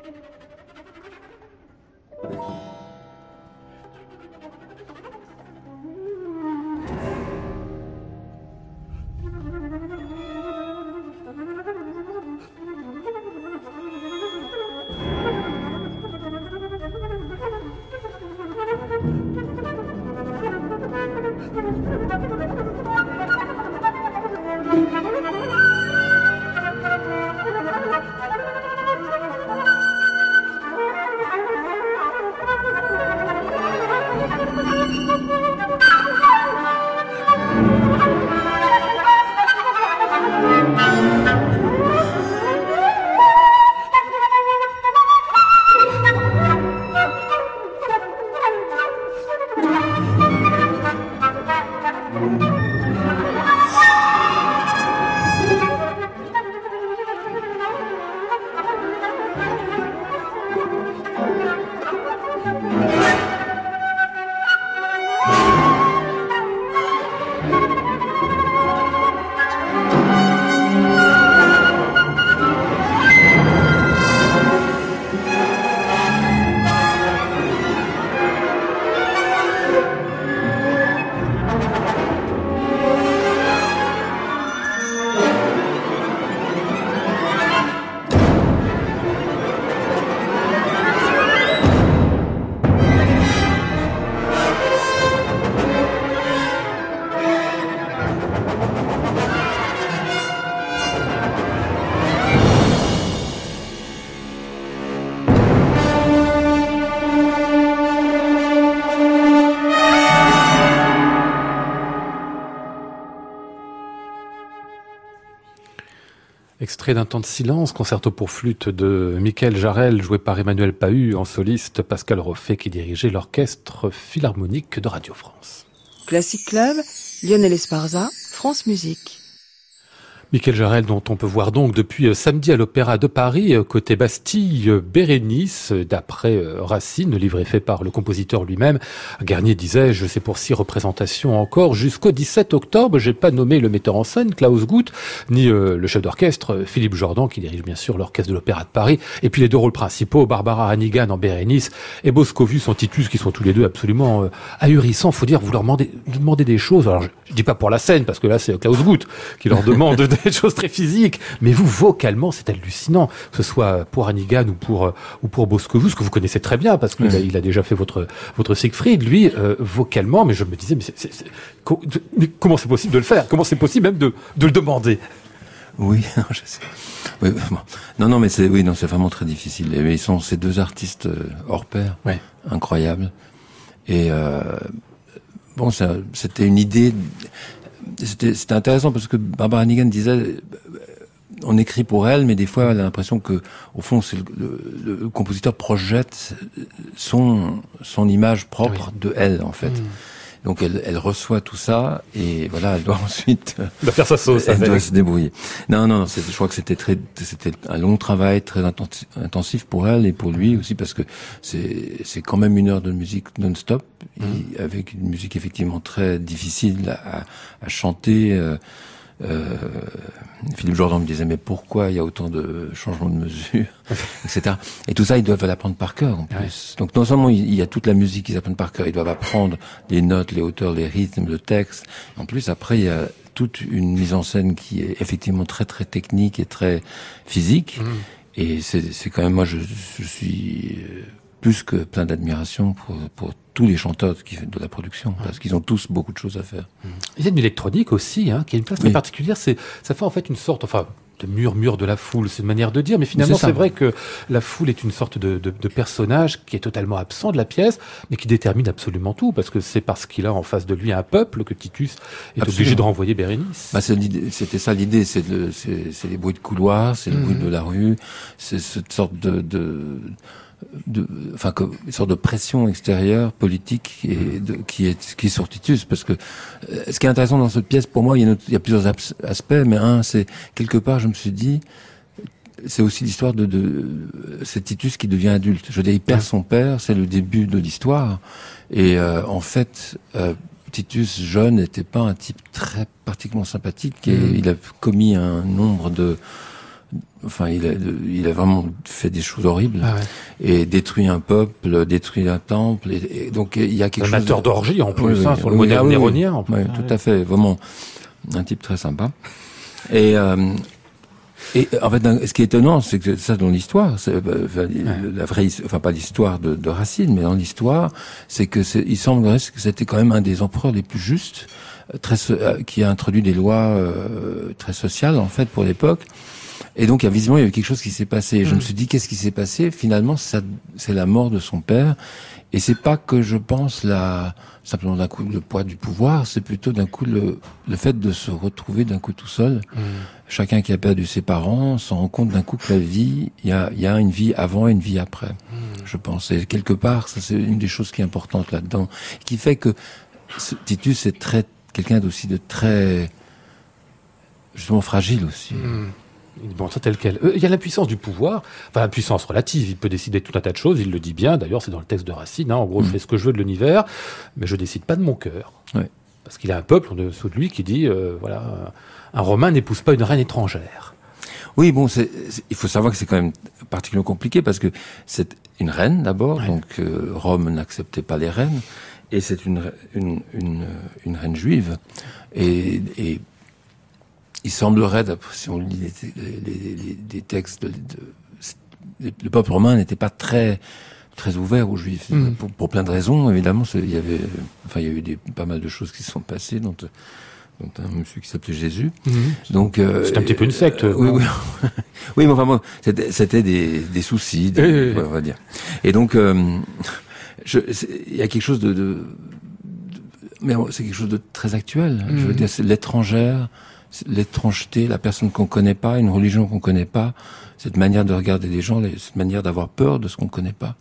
C: Extrait d'un temps de silence, concerto pour flûte de Michael Jarel, joué par Emmanuel Pahu, en soliste Pascal Roffet qui dirigeait l'orchestre philharmonique de Radio France.
J: Classic Club, Lionel Esparza, France Musique.
C: Michael Jarel, dont on peut voir donc depuis samedi à l'Opéra de Paris, côté Bastille, Bérénice, d'après Racine, le livret fait par le compositeur lui-même. Garnier disait, c'est pour 6 représentations encore, jusqu'au 17 octobre. J'ai pas nommé le metteur en scène, Klaus Guth, ni le chef d'orchestre, Philippe Jordan, qui dirige bien sûr l'orchestre de l'Opéra de Paris, et puis les 2 rôles principaux, Barbara Hannigan en Bérénice et Boscovus en Titus, qui sont tous les 2 absolument ahurissants. Faut dire, vous leur demandez des choses. Alors, je dis pas pour la scène, parce que là, c'est Klaus Guth qui leur demande des choses très physiques, mais vous, vocalement, c'est hallucinant, que ce soit pour Hannigan ou pour Boscovus, que vous connaissez très bien, parce qu'il a déjà fait votre Siegfried, lui, vocalement, mais je me disais, mais comment c'est possible de le faire? Comment c'est possible même de le demander?
H: Oui, je sais. Oui, bon. Non, mais c'est vraiment très difficile. Et ils sont ces 2 artistes hors pair, incroyables. Et bon, c'était une idée. C'était intéressant parce que Barbara Hannigan disait, on écrit pour elle, mais des fois elle a l'impression que, au fond, c'est le compositeur projette son image propre de elle, en fait. Donc elle reçoit tout ça et voilà, elle doit ensuite
C: faire sa sauce.
H: Elle doit se débrouiller. Non, je crois que c'était un long travail très intensif pour elle et pour lui aussi, parce que c'est quand même 1 heure de musique non-stop et avec une musique effectivement très difficile à chanter. Philippe Jordan me disait, mais pourquoi il y a autant de changements de mesure, etc. Et tout ça, ils doivent l'apprendre par cœur, en plus. Ouais. Donc, non seulement il y a toute la musique qu'ils apprennent par cœur, ils doivent apprendre les notes, les hauteurs, les rythmes, le texte. En plus, après, il y a toute une mise en scène qui est effectivement très, très technique et très physique. Et c'est quand même, moi, je suis plus que plein d'admiration pour tous les chanteurs de la production, parce qu'ils ont tous beaucoup de choses à faire.
C: Il y a une électronique aussi, qui a une place très particulière. Ça fait en fait une sorte, de murmure de la foule, c'est une manière de dire, mais finalement c'est vrai que la foule est une sorte de personnage qui est totalement absent de la pièce, mais qui détermine absolument tout, parce que c'est parce qu'il a en face de lui un peuple que Titus est obligé de renvoyer Bérénice.
H: C'était ça l'idée, c'est les bruits de couloir, c'est le bruit de la rue, c'est cette sorte une sorte de pression extérieure politique qui est sur Titus, parce que ce qui est intéressant dans cette pièce, pour moi, il y a plusieurs aspects, mais c'est quelque part, je me suis dit, c'est aussi l'histoire c'est Titus qui devient adulte. Je veux dire, il perd son père, c'est le début de l'histoire, et en fait, Titus jeune n'était pas un type très particulièrement sympathique, et il a commis un nombre de Enfin, il a vraiment fait des choses horribles et détruit un peuple, détruit un temple. Et donc il y a quelque chose.
C: Un amateur d'orgie en plus, sur le modèle néronien. En plus.
H: Oui, tout à fait, vraiment un type très sympa. Et en fait, ce qui est étonnant, c'est que ça dans l'histoire, la vraie, enfin pas l'histoire de Racine, mais dans l'histoire, c'est que il semblerait que c'était quand même un des empereurs les plus justes, qui a introduit des lois très sociales en fait pour l'époque. Et donc, visiblement, il y avait quelque chose qui s'est passé. Je me suis dit, qu'est-ce qui s'est passé? Finalement, c'est la mort de son père. Et c'est pas que je pense simplement d'un coup le poids du pouvoir, c'est plutôt d'un coup le fait de se retrouver d'un coup tout seul. Chacun qui a perdu ses parents s'en rend compte d'un coup que la vie, il y a une vie avant et une vie après. Je pense. Et quelque part, ça c'est une des choses qui est importante là-dedans, qui fait que Titus est quelqu'un aussi de très justement fragile aussi.
C: Bon, ça tel quel. Il y a la puissance du pouvoir, enfin la puissance relative. Il peut décider tout un tas de choses, il le dit bien. D'ailleurs, c'est dans le texte de Racine. En gros, je fais ce que je veux de l'univers, mais je décide pas de mon cœur. Parce qu'il a un peuple en dessous de lui qui dit, un Romain n'épouse pas une reine étrangère.
H: Oui, bon, il faut savoir que c'est quand même particulièrement compliqué parce que c'est une reine d'abord, donc Rome n'acceptait pas les reines, et c'est une reine juive, et il semblerait, si on lit des textes, le peuple romain n'était pas très ouvert aux Juifs, pour plein de raisons. Évidemment, il y a eu pas mal de choses qui se sont passées, dont un monsieur qui s'appelait Jésus. Donc
C: c'est un petit peu une secte.
H: Oui, mais enfin bon, c'était des soucis, on va dire. Et donc il y a quelque chose mais c'est quelque chose de très actuel. Je veux dire, c'est l'étrangeté, la personne qu'on connaît pas, une religion qu'on connaît pas, cette manière de regarder les gens, cette manière d'avoir peur de ce qu'on connaît pas.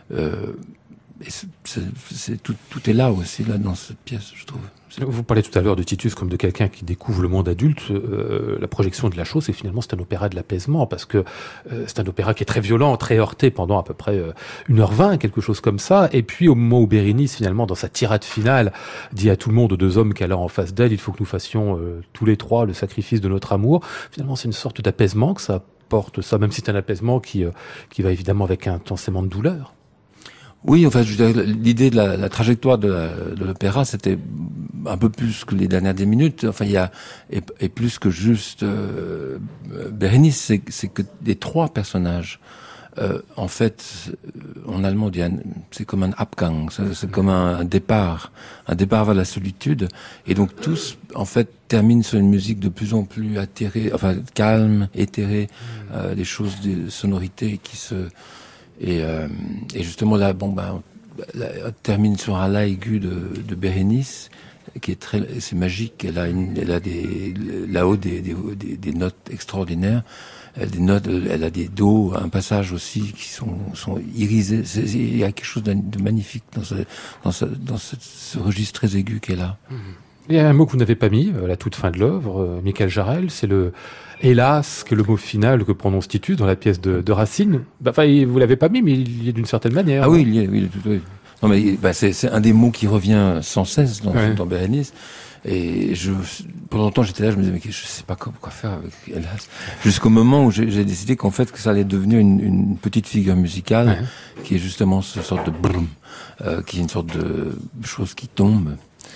H: Et tout est là aussi, là, dans cette pièce, je trouve.
C: Vous parlez tout à l'heure de Titus comme de quelqu'un qui découvre le monde adulte. La projection de la chose, c'est finalement c'est un opéra de l'apaisement, parce que c'est un opéra qui est très violent, très heurté pendant à peu près 1h20, quelque chose comme ça. Et puis au moment où Bérénice, finalement, dans sa tirade finale, dit à tout le monde, aux deux hommes qu'elle a en face d'elle, il faut que nous fassions tous les trois le sacrifice de notre amour. Finalement, c'est une sorte d'apaisement que ça porte, ça, même si c'est un apaisement qui va évidemment avec un intensément de douleur.
H: Oui, enfin, je veux dire, l'idée de la trajectoire de l'opéra, c'était un peu plus que les dernières 10 minutes. Enfin, et plus que juste Bérénice, c'est que les trois personnages, en fait, en allemand, c'est comme un Abgang, c'est comme un départ vers la solitude. Et donc tous, en fait, terminent sur une musique de plus en plus atterrée, enfin calme, éthérée, des choses, des sonorités qui se et justement là, on termine sur un la aigu de Bérénice qui est c'est magique. Elle a là-haut des notes extraordinaires. Elle a des dos, un passage aussi qui sont irisés. Il y a quelque chose de magnifique dans ce registre très aigu qu'elle a.
C: Il y a un mot que vous n'avez pas mis à la toute fin de l'œuvre, Michael Jarel, c'est le « hélas », que le mot final que prononce Titus dans la pièce de Racine. Enfin, vous l'avez pas mis, mais il y est d'une certaine manière.
H: Ah oui, il y est, oui. Non, mais c'est un des mots qui revient sans cesse dans Bérénice. Et pendant longtemps, j'étais là, je me disais, mais je sais pas quoi faire avec hélas. Jusqu'au moment où j'ai décidé qu'en fait, que ça allait devenir une petite figure musicale, qui est justement ce sorte de brum, qui est une sorte de chose qui tombe.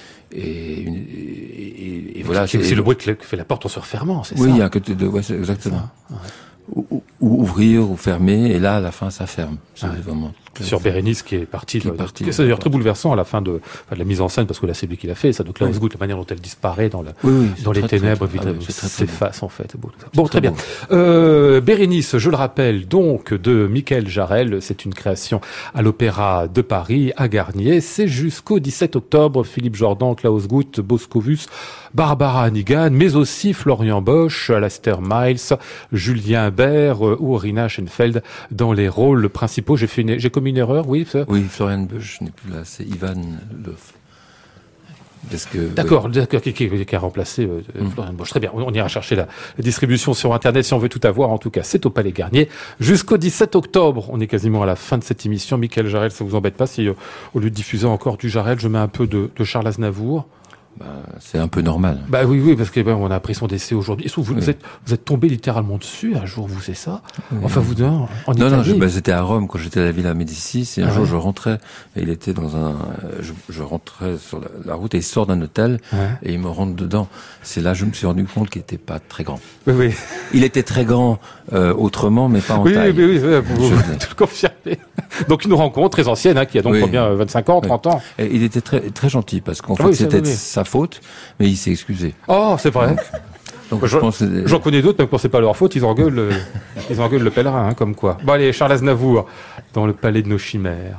H: Et voilà.
C: C'est le bruit que fait la porte en se refermant, c'est ça?
H: Oui, il y a un côté c'est exactement. Ou ouvrir ou fermer, et là, à la fin, ça ferme. C'est vraiment
C: sur Bérénice qui est parti. C'est d'ailleurs très bouleversant à la fin de la mise en scène, parce que là, c'est lui qui l'a fait. Ça, donc là, la manière dont elle disparaît dans les ténèbres, s'efface en fait. Bon, très bien. Bérénice, je le rappelle, donc, de Michael Jarel, c'est une création à l'Opéra de Paris, à Garnier. C'est jusqu'au 17 octobre. Philippe Jordan, Klaus Guth, Boscovus, Barbara Hannigan, mais aussi Florian Bosch, Alastair Miles, Julien Bert ou Rina Schenfeld dans les rôles principaux. J'ai commis une erreur, oui.
H: Oui, Florian Bosch n'est plus là, c'est Ivan Loff.
C: D'accord, qui a remplacé Florian Bosch. Très bien, on ira chercher la distribution sur Internet si on veut tout avoir. En tout cas, c'est au Palais Garnier jusqu'au 17 octobre. On est quasiment à la fin de cette émission. Michael Jarel, ça vous embête pas si au lieu de diffuser encore du Jarel, je mets un peu de Charles Aznavour?
H: c'est un peu normal.
C: Bah oui, parce que on a appris son décès aujourd'hui. Vous êtes tombé littéralement dessus un jour, vous, c'est ça? Oui. Enfin, vous deux, en Italie.
H: Non, c'était à Rome quand j'étais à la Villa Médicis. Et un jour, je rentrais et il était dans je rentrais sur la route et il sort d'un hôtel et il me rentre dedans. C'est là, je me suis rendu compte qu'il était pas très grand.
C: Oui.
H: Il était très grand autrement, mais pas en taille.
C: Oui, vous tout le confirmez. Donc une rencontre très ancienne, qui a donc combien, 25 ans, 30 ans.
H: Et il était très très gentil parce qu'en fait c'était sa faute, mais il s'est excusé.
C: Oh, c'est vrai.
H: Donc
C: j'en connais d'autres, même quand c'est pas leur faute, ils engueulent le pèlerin, comme quoi. Bon allez, Charles Aznavour, dans le palais de nos chimères.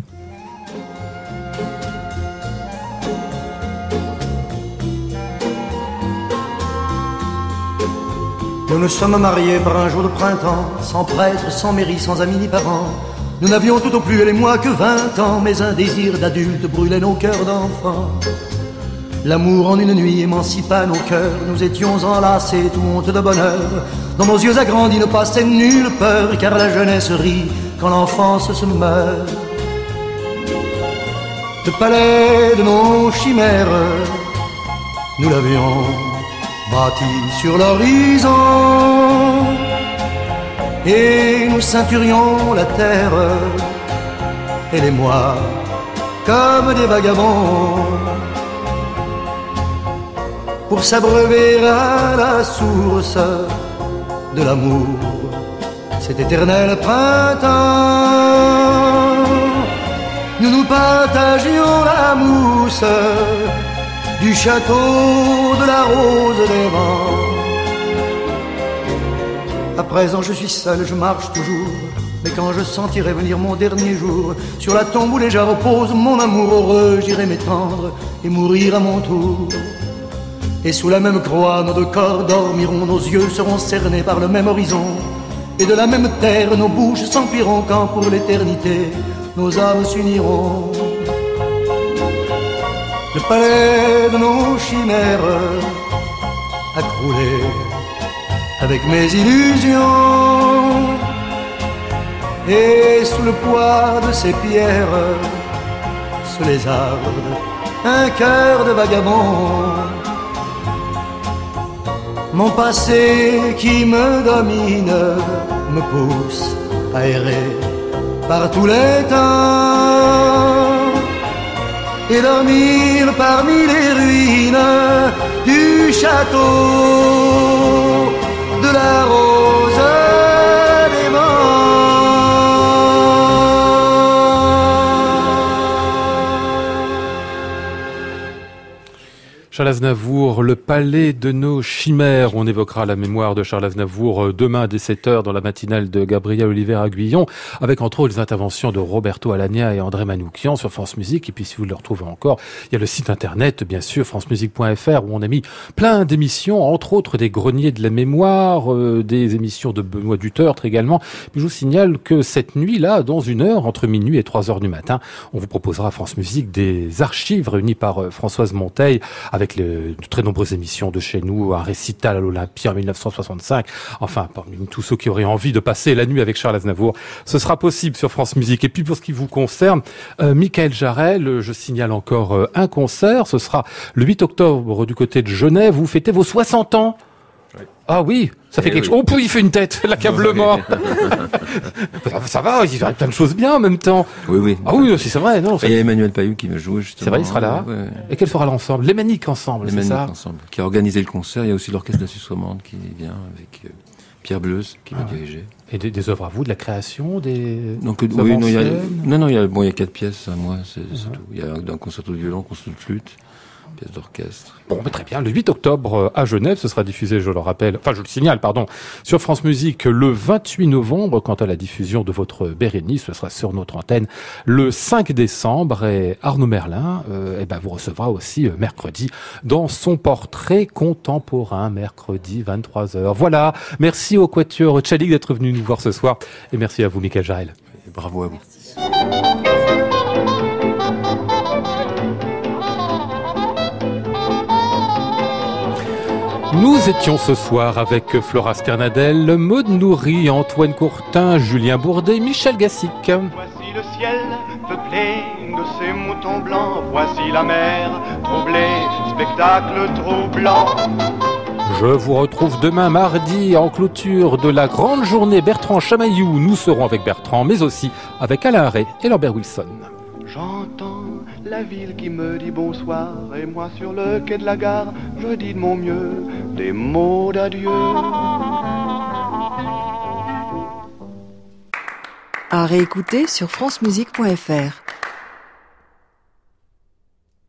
K: Nous nous sommes mariés par un jour de printemps, sans prêtre, sans mairie, sans amis ni parents. Nous n'avions tout au plus, elle et moi, que 20 ans, mais un désir d'adulte brûlait nos cœurs d'enfants. L'amour en une nuit émancipa nos cœurs, nous étions enlacés, tout honte de bonheur. Dans nos yeux agrandis ne passait nulle peur, car la jeunesse rit quand l'enfance se meurt. Le palais de nos chimères, nous l'avions bâti sur l'horizon, et nous ceinturions la terre, elle et moi, comme des vagabonds, pour s'abreuver à la source de l'amour, cet éternel printemps. Nous nous partagions la mousse du château de la rose des vents. À présent je suis seul, je marche toujours, mais quand je sentirai venir mon dernier jour, sur la tombe où déjà repose mon amour heureux, j'irai m'étendre et mourir à mon tour. Et sous la même croix, nos deux corps dormiront, nos yeux seront cernés par le même horizon, et de la même terre, nos bouches s'empliront quand pour l'éternité, nos âmes s'uniront. Le palais de nos chimères a croulé avec mes illusions, et sous le poids de ces pierres se lézarde un cœur de vagabond. Mon passé qui me domine me pousse à errer par tous les temps et dormir parmi les ruines du château de la rose des vents.
C: Charles Aznavour, le palais de nos chimères. On évoquera la mémoire de Charles Aznavour demain dès 7h dans la matinale de Gabriel Oliver à Guyon, avec entre autres les interventions de Roberto Alagna et André Manoukian sur France Musique. Et puis si vous le retrouvez encore, il y a le site internet, bien sûr, francemusique.fr, où on a mis plein d'émissions, entre autres des greniers de la mémoire, des émissions de Benoît Dutertre également. Puis je vous signale que cette nuit-là, dans 1 heure, entre minuit et 3h du matin, on vous proposera à France Musique des archives réunies par Françoise Monteil, avec de très nombreuses émissions de chez nous, un récital à l'Olympia en 1965. Enfin, parmi tous ceux qui auraient envie de passer la nuit avec Charles Aznavour, ce sera possible sur France Musique. Et puis pour ce qui vous concerne, Michael Jarel, je signale encore un concert. Ce sera le 8 octobre du côté de Genève. Vous fêtez vos 60 ans. Oui. Ah oui, ça fait quelque chose. Oh, il fait une tête, l'accablement. Ça va, il y a plein de choses bien en même temps.
H: Oui.
C: Ah oui, c'est vrai. Non,
H: il y a Emmanuel Payou qui va jouer justement.
C: C'est vrai, il sera là. Ouais. Et quel sera l'ensemble? Les Maniques ensemble, c'est ça?
H: Ensemble, qui a organisé le concert. Il y a aussi l'orchestre de la Suisse romande qui vient avec Pierre Bleuze qui va diriger.
C: Et des œuvres à vous, de la création, des.
H: Donc oui, il y a 4 pièces à moi, c'est tout. Il y a un concerto de violon, un concerto de flûte. Pièce d'orchestre.
C: Bon, mais très bien. Le 8 octobre à Genève, ce sera diffusé, je le rappelle, enfin je le signale, pardon, sur France Musique le 28 novembre. Quant à la diffusion de votre Bérénice, ce sera sur notre antenne le 5 décembre. Et Arnaud Merlin, vous recevra aussi mercredi dans son portrait contemporain, mercredi 23h. Voilà. Merci au Quatuor Tchalik d'être venu nous voir ce soir. Et merci à vous, Michael Jarel.
H: Et bravo à vous.
C: Nous étions ce soir avec Flora Sternadel, Maud Nourri, Antoine Courtin, Julien Bourdet, Michel Gassic.
D: Voici
L: le ciel peuplé de ces moutons blancs. Voici la mer troublée, spectacle troublant.
C: Je vous retrouve demain mardi en clôture de la grande journée Bertrand Chamaillou. Nous serons avec Bertrand, mais aussi avec Alain Ray et Lambert Wilson.
L: J'entends la ville qui me dit bonsoir, et moi sur le quai de la gare, je dis de mon mieux des mots d'adieu.
J: À réécouter sur francemusique.fr.